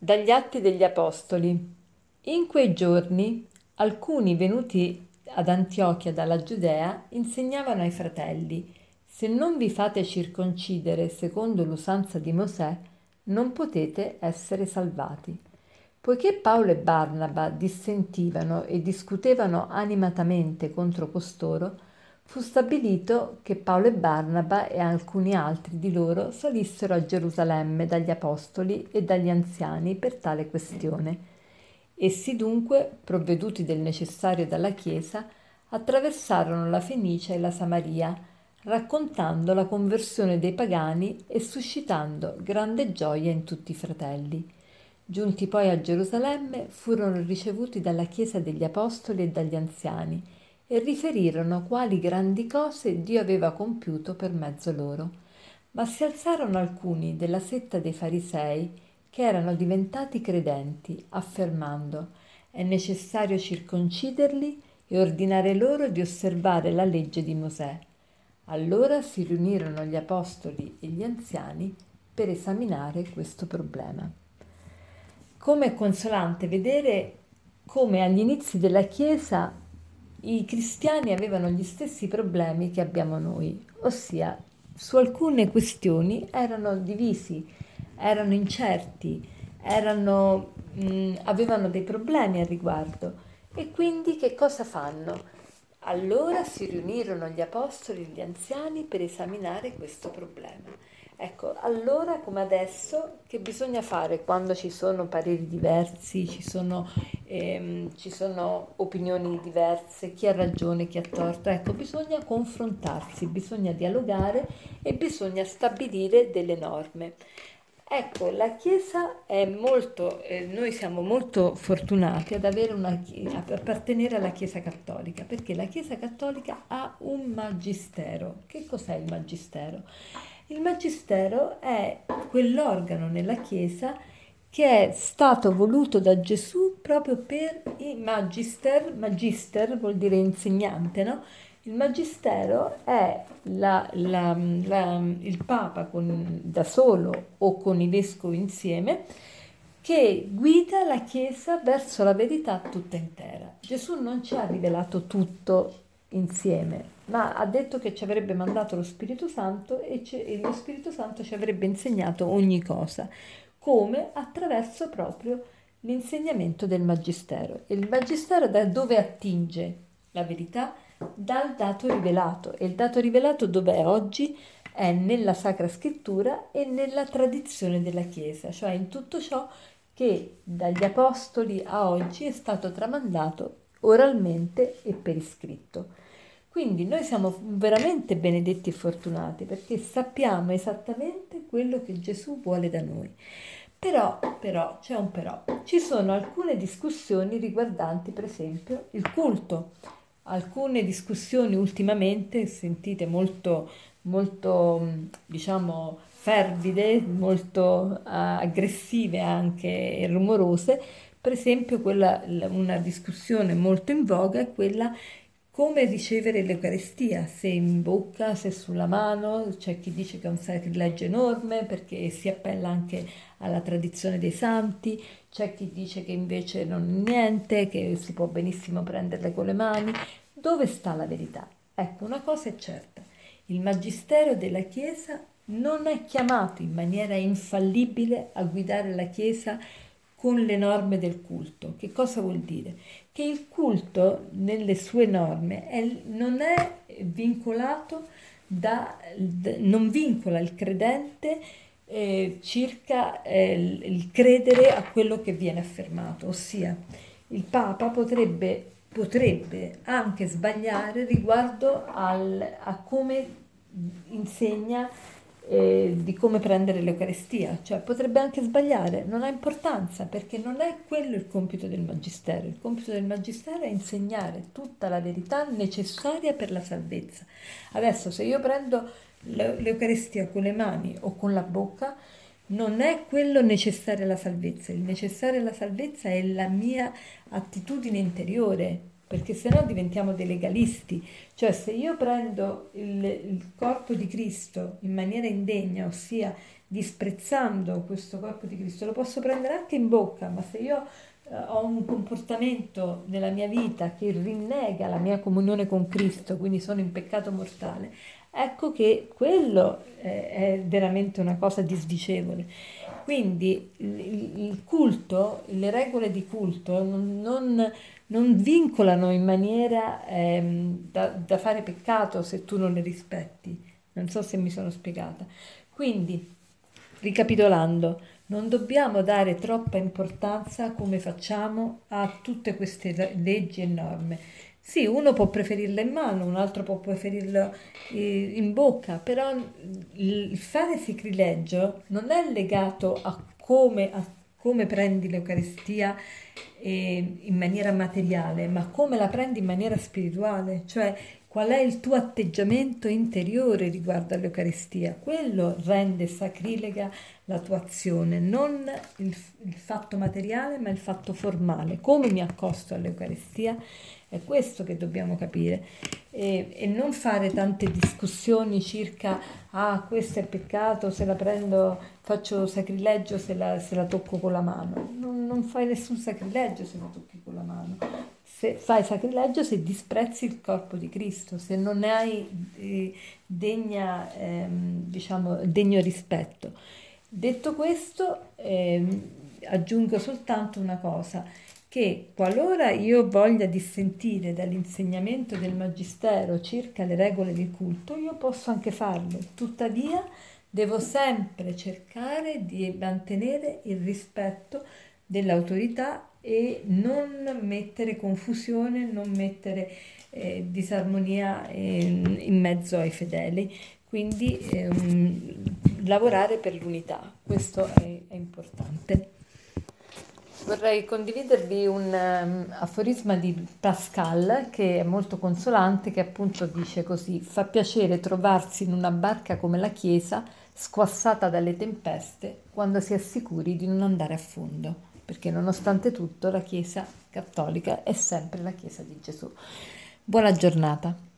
Dagli Atti degli Apostoli. In quei giorni alcuni venuti ad Antiochia dalla Giudea insegnavano ai fratelli: se non vi fate circoncidere secondo l'usanza di Mosè, non potete essere salvati. Poiché Paolo e Barnaba dissentivano e discutevano animatamente contro costoro, fu stabilito che Paolo e Barnaba e alcuni altri di loro salissero a Gerusalemme dagli apostoli e dagli anziani per tale questione. Essi dunque, provveduti del necessario dalla Chiesa, attraversarono la Fenicia e la Samaria, raccontando la conversione dei pagani e suscitando grande gioia in tutti i fratelli. Giunti poi a Gerusalemme, furono ricevuti dalla Chiesa degli Apostoli e dagli anziani e riferirono quali grandi cose Dio aveva compiuto per mezzo loro. Ma si alzarono alcuni della setta dei Farisei che erano diventati credenti, affermando: è necessario circonciderli e ordinare loro di osservare la legge di Mosè. Allora si riunirono gli apostoli e gli anziani per esaminare questo problema. Come è consolante vedere come agli inizi della Chiesa i cristiani avevano gli stessi problemi che abbiamo noi, ossia su alcune questioni erano divisi, erano incerti, avevano dei problemi al riguardo. E quindi che cosa fanno? Allora si riunirono gli apostoli e gli anziani per esaminare questo problema. Ecco, allora come adesso, che bisogna fare quando ci sono pareri diversi, ci sono opinioni diverse, chi ha ragione, chi ha torto? Ecco, bisogna confrontarsi, bisogna dialogare e bisogna stabilire delle norme. Ecco, la Chiesa è molto, noi siamo molto fortunati ad avere ad appartenere alla Chiesa Cattolica, perché la Chiesa Cattolica ha un magistero. Che cos'è il magistero? Il magistero è quell'organo nella Chiesa che è stato voluto da Gesù proprio per i magister vuol dire insegnante, no? Il magistero è il Papa da solo o con i vescovi insieme che guida la Chiesa verso la verità tutta intera. Gesù non ci ha rivelato tutto insieme, ma ha detto che ci avrebbe mandato lo Spirito Santo e lo Spirito Santo ci avrebbe insegnato ogni cosa, come attraverso proprio l'insegnamento del Magistero. E il Magistero da dove attinge la verità? Dal dato rivelato. E il dato rivelato dov'è oggi? È nella Sacra Scrittura e nella tradizione della Chiesa, cioè in tutto ciò che dagli Apostoli a oggi è stato tramandato oralmente e per iscritto. Quindi noi siamo veramente benedetti e fortunati perché sappiamo esattamente quello che Gesù vuole da noi. Però, c'è un però. Ci sono alcune discussioni riguardanti, per esempio, il culto. Alcune discussioni ultimamente sentite molto, diciamo, fervide, molto aggressive anche e rumorose. Per esempio, una discussione molto in voga è quella come ricevere l'Eucaristia, se in bocca, se sulla mano. C'è chi dice che è un sacrilegio enorme perché si appella anche alla tradizione dei santi, c'è chi dice che invece non è niente, che si può benissimo prenderle con le mani. Dove sta la verità? Ecco, una cosa è certa: il Magistero della Chiesa non è chiamato in maniera infallibile a guidare la Chiesa con le norme del culto. Che cosa vuol dire? Che il culto nelle sue norme non è vincolato non vincola il credente circa il credere a quello che viene affermato, ossia il Papa potrebbe anche sbagliare riguardo a come insegna di come prendere l'Eucaristia, cioè potrebbe anche sbagliare, non ha importanza perché non è quello il compito del Magistero. Il compito del Magistero è insegnare tutta la verità necessaria per la salvezza. Adesso, se io prendo l'Eucaristia con le mani o con la bocca, non è quello necessario alla salvezza. Il necessario alla salvezza è la mia attitudine interiore, perché sennò diventiamo dei legalisti. Cioè, se io prendo il corpo di Cristo in maniera indegna, ossia disprezzando questo corpo di Cristo. Lo posso prendere anche in bocca, ma se io ho un comportamento nella mia vita che rinnega la mia comunione con Cristo, quindi sono in peccato mortale, ecco che quello è veramente una cosa disdicevole. Quindi il culto, le regole di culto non vincolano in maniera da fare peccato se tu non le rispetti. Non so se mi sono spiegata. Quindi, ricapitolando, non dobbiamo dare troppa importanza come facciamo a tutte queste leggi e norme. Sì, uno può preferirle in mano, un altro può preferirlo in bocca, però il fare sacrilegio non è legato a come prendi l'Eucaristia in maniera materiale, ma come la prendi in maniera spirituale, cioè qual è il tuo atteggiamento interiore riguardo all'Eucaristia. Quello rende sacrilega la tua azione, non il fatto materiale, ma il fatto formale. Come mi accosto all'Eucaristia? È questo che dobbiamo capire e non fare tante discussioni circa questo è peccato, se la prendo faccio sacrilegio se la tocco con la mano. Non fai nessun sacrilegio se la tocchi con la mano. Se fai sacrilegio se disprezzi il corpo di Cristo, se non ne hai degno rispetto. Detto questo, aggiungo soltanto una cosa, che qualora io voglia dissentire dall'insegnamento del Magistero circa le regole del culto, io posso anche farlo, tuttavia devo sempre cercare di mantenere il rispetto dell'autorità e non mettere confusione, non mettere disarmonia in mezzo ai fedeli, quindi lavorare per l'unità, questo è importante. Vorrei condividervi un aforisma di Pascal che è molto consolante, che appunto dice così: fa piacere trovarsi in una barca come la Chiesa, squassata dalle tempeste, quando si è sicuri di non andare a fondo, perché nonostante tutto la Chiesa cattolica è sempre la Chiesa di Gesù. Buona giornata.